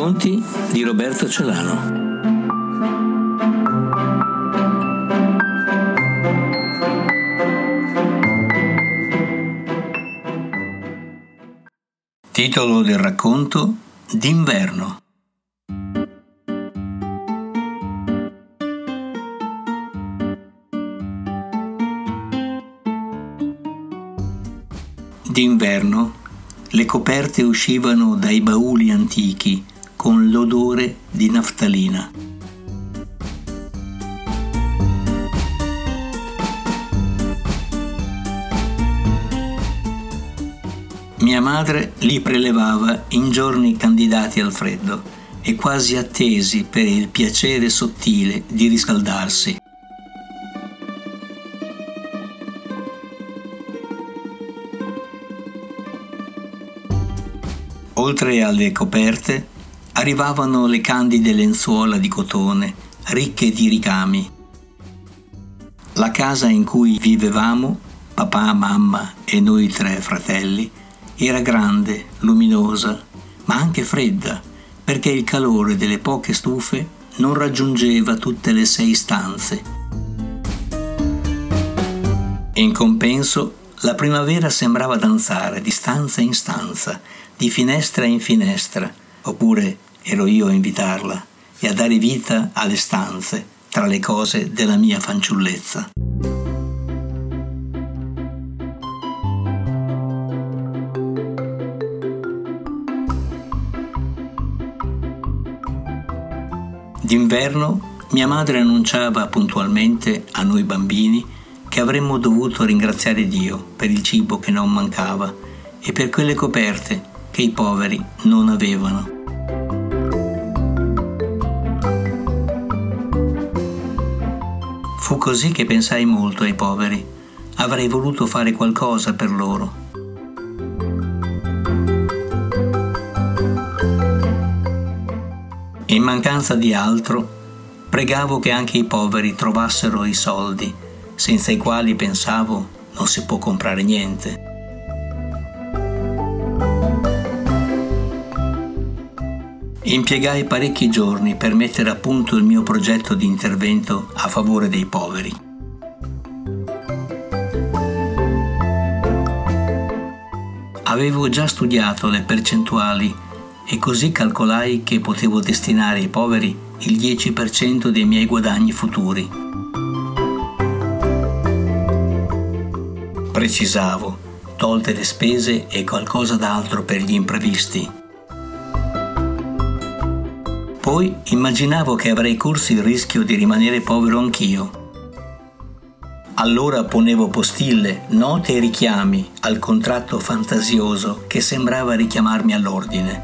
Racconti di Roberto Celano. Titolo del racconto: D'inverno. D'inverno le coperte uscivano dai bauli antichi con l'odore di naftalina. Mia madre li prelevava in giorni candidati al freddo e quasi attesi per il piacere sottile di riscaldarsi. Oltre alle coperte arrivavano le candide lenzuola di cotone ricche di ricami. La casa in cui vivevamo, papà, mamma e noi 3 fratelli, era grande, luminosa, ma anche fredda, perché il calore delle poche stufe non raggiungeva tutte le 6 stanze. In compenso, la primavera sembrava danzare di stanza in stanza, di finestra in finestra, oppure ero io a invitarla e a dare vita alle stanze tra le cose della mia fanciullezza. D'inverno mia madre annunciava puntualmente a noi bambini che avremmo dovuto ringraziare Dio per il cibo che non mancava e per quelle coperte che i poveri non avevano. Fu così che pensai molto ai poveri. Avrei voluto fare qualcosa per loro. In mancanza di altro, pregavo che anche i poveri trovassero i soldi, senza i quali, pensavo, non si può comprare niente. Impiegai parecchi giorni per mettere a punto il mio progetto di intervento a favore dei poveri. Avevo già studiato le percentuali e così calcolai che potevo destinare ai poveri il 10% dei miei guadagni futuri. Precisavo, tolte le spese e qualcosa d'altro per gli imprevisti. Poi immaginavo che avrei corso il rischio di rimanere povero anch'io. Allora ponevo postille, note e richiami al contratto fantasioso che sembrava richiamarmi all'ordine.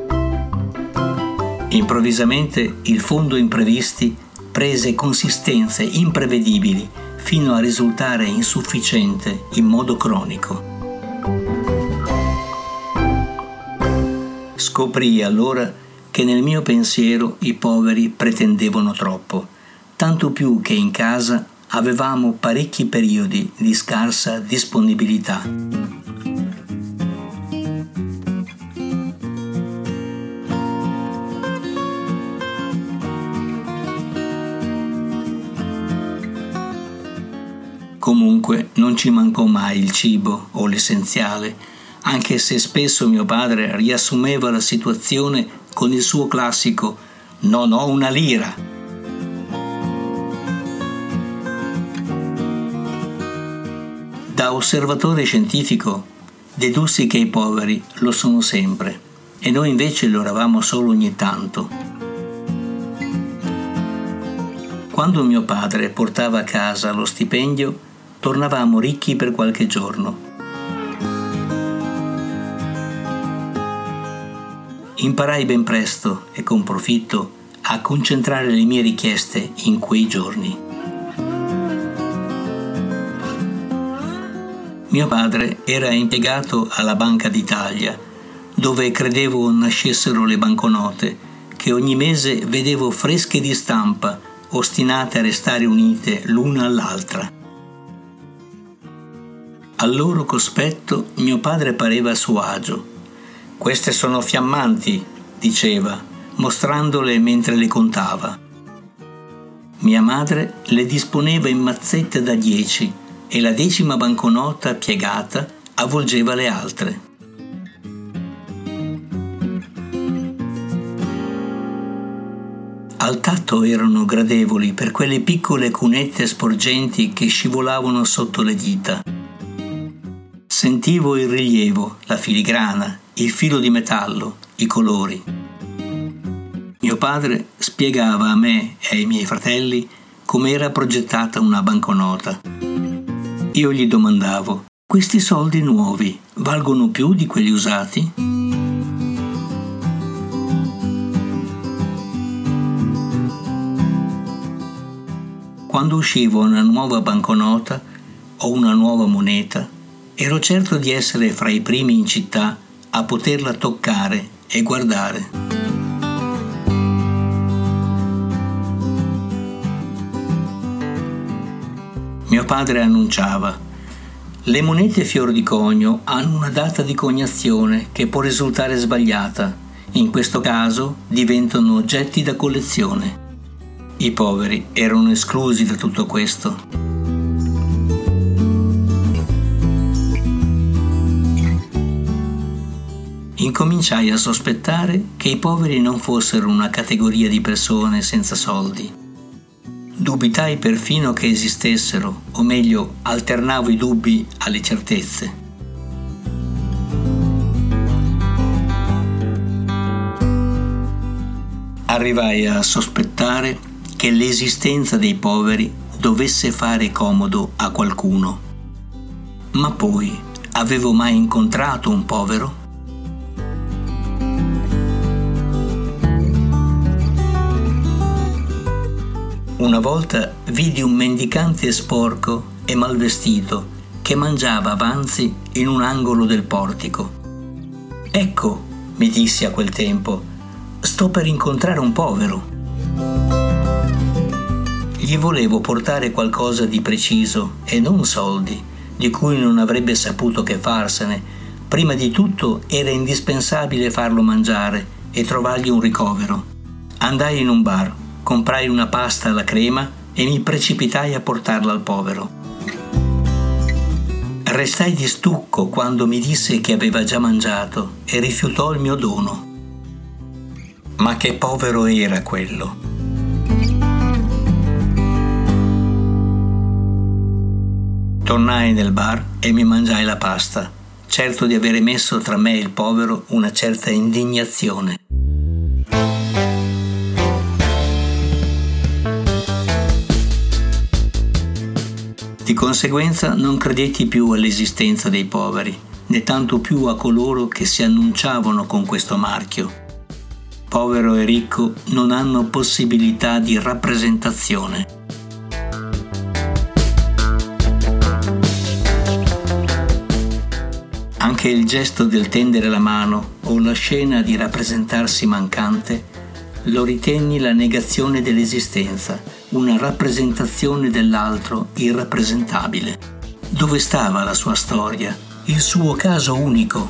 Improvvisamente il fondo imprevisti prese consistenze imprevedibili fino a risultare insufficiente in modo cronico. Scoprii allora che nel mio pensiero i poveri pretendevano troppo, tanto più che in casa avevamo parecchi periodi di scarsa disponibilità. Comunque non ci mancò mai il cibo o l'essenziale, anche se spesso mio padre riassumeva la situazione con il suo classico «Non ho una lira». Da osservatore scientifico dedussi che i poveri lo sono sempre e noi invece lo eravamo solo ogni tanto. Quando mio padre portava a casa lo stipendio, tornavamo ricchi per qualche giorno. Imparai ben presto e con profitto a concentrare le mie richieste in quei giorni. Mio padre era impiegato alla Banca d'Italia, dove credevo nascessero le banconote, che ogni mese vedevo fresche di stampa, ostinate a restare unite l'una all'altra. Al loro cospetto mio padre pareva a suo agio. «Queste sono fiammanti», diceva, mostrandole mentre le contava. Mia madre le disponeva in mazzette da 10 e la 10ª banconota piegata avvolgeva le altre. Al tatto erano gradevoli per quelle piccole cunette sporgenti che scivolavano sotto le dita. Sentivo il rilievo, la filigrana, il filo di metallo, i colori. Mio padre spiegava a me e ai miei fratelli com'era progettata una banconota. Io gli domandavo: questi soldi nuovi valgono più di quelli usati? Quando usciva una nuova banconota o una nuova moneta, ero certo di essere fra i primi in città a poterla toccare e guardare. Mio padre annunciava: le monete fior di conio hanno una data di coniazione che può risultare sbagliata. In questo caso diventano oggetti da collezione. I poveri erano esclusi da tutto questo. Incominciai a sospettare che i poveri non fossero una categoria di persone senza soldi. Dubitai perfino che esistessero, o meglio, alternavo i dubbi alle certezze. Arrivai a sospettare che l'esistenza dei poveri dovesse fare comodo a qualcuno. Ma poi, avevo mai incontrato un povero? Una volta vidi un mendicante sporco e malvestito che mangiava avanzi in un angolo del portico. Ecco, mi dissi a quel tempo, sto per incontrare un povero. Gli volevo portare qualcosa di preciso e non soldi, di cui non avrebbe saputo che farsene. Prima di tutto era indispensabile farlo mangiare e trovargli un ricovero. Andai in un bar, comprai una pasta alla crema e mi precipitai a portarla al povero. Restai di stucco quando mi disse che aveva già mangiato e rifiutò il mio dono. Ma che povero era quello! Tornai nel bar e mi mangiai la pasta, certo di avere messo tra me e il povero una certa indignazione. Di conseguenza non credetti più all'esistenza dei poveri, né tanto più a coloro che si annunciavano con questo marchio. Povero e ricco non hanno possibilità di rappresentazione. Anche il gesto del tendere la mano o la scena di rappresentarsi mancante lo ritenni la negazione dell'esistenza, una rappresentazione dell'altro irrappresentabile. Dove stava la sua storia, il suo caso unico?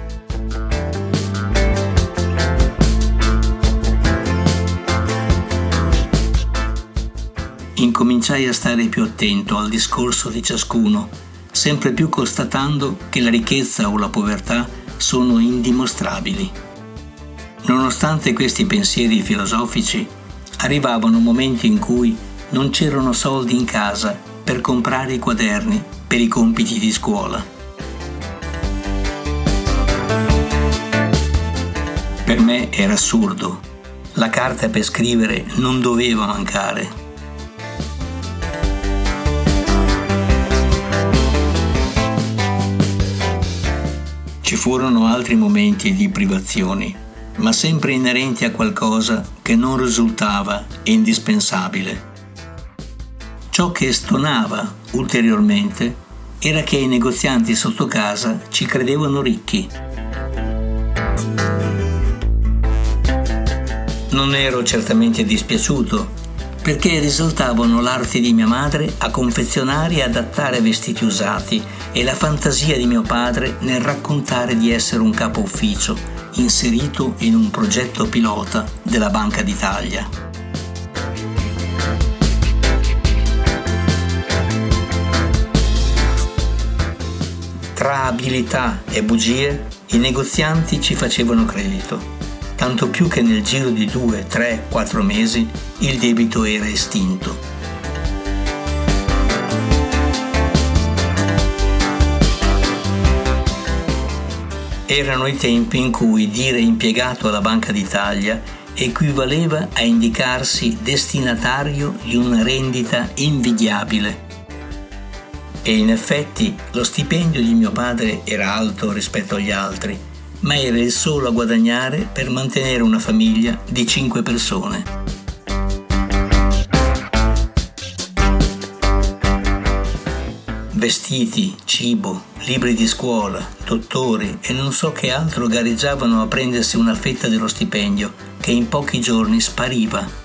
Incominciai a stare più attento al discorso di ciascuno, sempre più constatando che la ricchezza o la povertà sono indimostrabili. Nonostante questi pensieri filosofici, arrivavano momenti in cui non c'erano soldi in casa per comprare i quaderni per i compiti di scuola. Per me era assurdo. La carta per scrivere non doveva mancare. Ci furono altri momenti di privazioni, ma sempre inerenti a qualcosa che non risultava indispensabile. Ciò che stonava ulteriormente era che i negozianti sotto casa ci credevano ricchi. Non ero certamente dispiaciuto, perché risaltavano l'arte di mia madre a confezionare e adattare vestiti usati e la fantasia di mio padre nel raccontare di essere un capo ufficio, inserito in un progetto pilota della Banca d'Italia. Tra abilità e bugie, i negozianti ci facevano credito, tanto più che nel giro di 2, 3, 4 mesi il debito era estinto. Erano i tempi in cui dire impiegato alla Banca d'Italia equivaleva a indicarsi destinatario di una rendita invidiabile. E in effetti lo stipendio di mio padre era alto rispetto agli altri, ma era il solo a guadagnare per mantenere una famiglia di 5 persone. Vestiti, cibo, libri di scuola, dottori e non so che altro gareggiavano a prendersi una fetta dello stipendio che in pochi giorni spariva.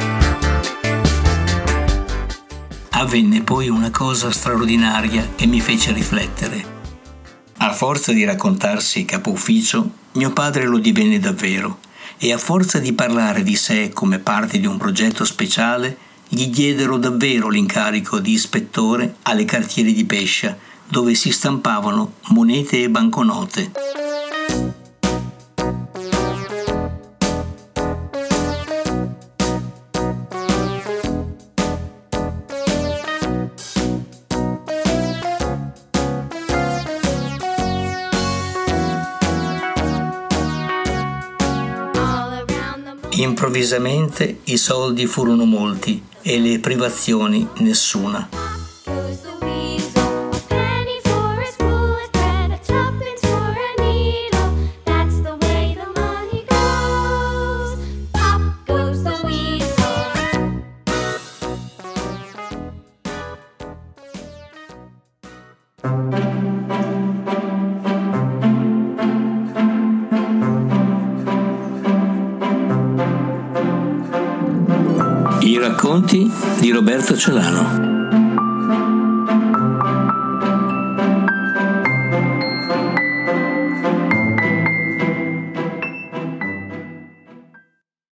Avvenne poi una cosa straordinaria che mi fece riflettere. A forza di raccontarsi capo ufficio, mio padre lo divenne davvero e a forza di parlare di sé come parte di un progetto speciale, gli diedero davvero l'incarico di ispettore alle cartiere di Pescia, dove si stampavano monete e banconote. Improvvisamente i soldi furono molti e le privazioni nessuna. I racconti di Roberto Celano.